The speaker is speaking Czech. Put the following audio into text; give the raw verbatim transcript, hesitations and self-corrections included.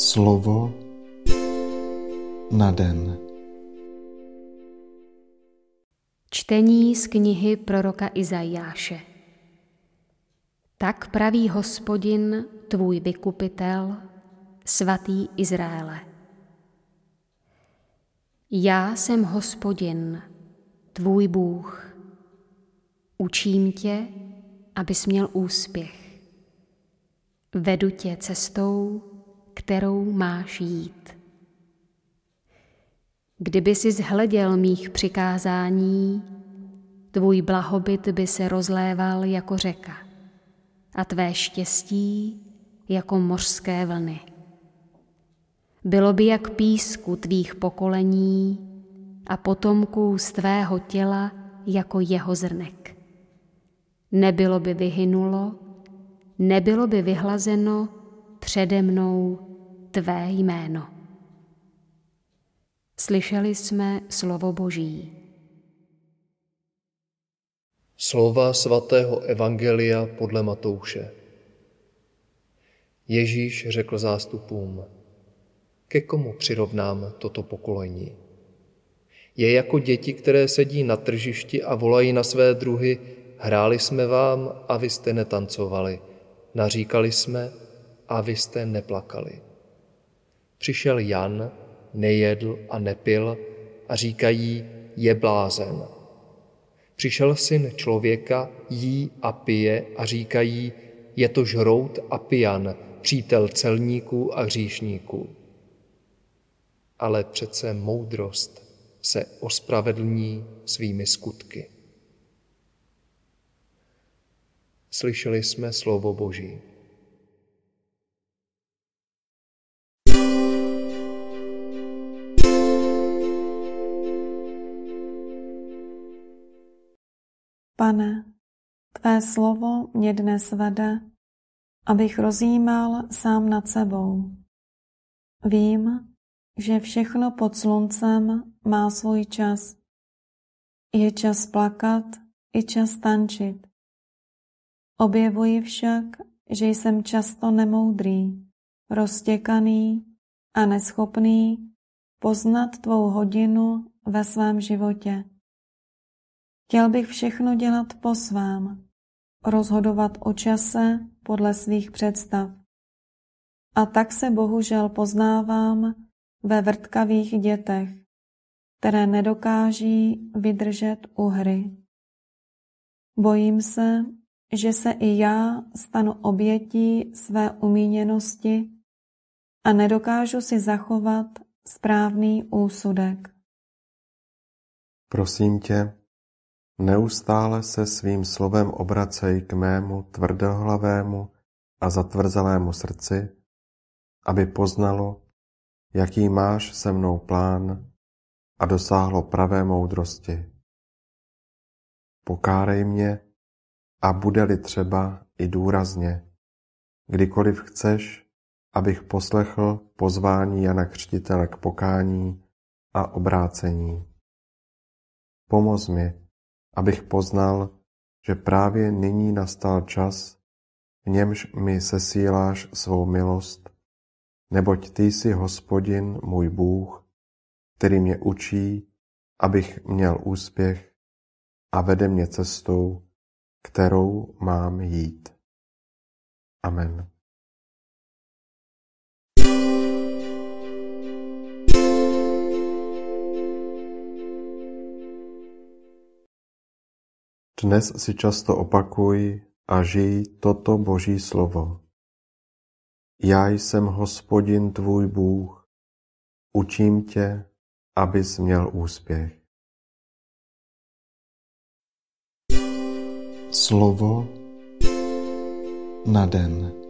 Slovo na den. Čtení z knihy proroka Izajáše. Tak praví Hospodin, tvůj vykupitel, svatý Izraele. Já jsem Hospodin, tvůj Bůh. Učím tě, abys měl úspěch. Vedu tě cestou, kterou máš jít. Kdyby si zhleděl mých přikázání, tvůj blahobyt by se rozléval jako řeka a tvé štěstí jako mořské vlny. Bylo by jak písku tvých pokolení a potomků z tvého těla jako jeho zrnek. Nebylo by vyhynulo, nebylo by vyhlazeno přede mnou tvé jméno. Slyšeli jsme slovo Boží. Slova svatého evangelia podle Matouše. Ježíš řekl zástupům: Ke komu přirovnám toto pokolení? Je jako děti, které sedí na tržišti a volají na své druhy: Hráli jsme vám a vy jste netancovali, naříkali jsme a vy jste neplakali. Přišel Jan, nejedl a nepil a říkají: Je blázen. Přišel Syn člověka, jí a pije a říkají: Je to žrout a pijan, přítel celníků a hříšníků. Ale přece moudrost se ospravedlní svými skutky. Slyšeli jsme slovo Boží. Pane, tvé slovo mě dnes vede, abych rozjímal sám nad sebou. Vím, že všechno pod sluncem má svůj čas. Je čas plakat i čas tančit. Objevuji však, že jsem často nemoudrý, roztěkaný a neschopný poznat tvou hodinu ve svém životě. Chtěl bych všechno dělat po svém, rozhodovat o čase podle svých představ. A tak se bohužel poznávám ve vrtkavých dětech, které nedokáží vydržet u hry. Bojím se, že se i já stanu obětí své umíněnosti a nedokážu si zachovat správný úsudek. Prosím tě, neustále se svým slovem obracej k mému tvrdohlavému a zatvrzelému srdci, aby poznalo, jaký máš se mnou plán a dosáhlo pravé moudrosti. Pokárej mě a bude-li třeba i důrazně, kdykoliv chceš, abych poslechl pozvání Jana Křtitele k pokání a obrácení. Pomoz mi, abych poznal, že právě nyní nastal čas, v němž mi sesíláš svou milost, neboť ty jsi Hospodin, můj Bůh, který mě učí, abych měl úspěch a vede mě cestou, kterou mám jít. Amen. Dnes si často opakuj a žij toto Boží slovo. Já jsem Hospodin tvůj Bůh, učím tě, abys měl úspěch. Slovo na den.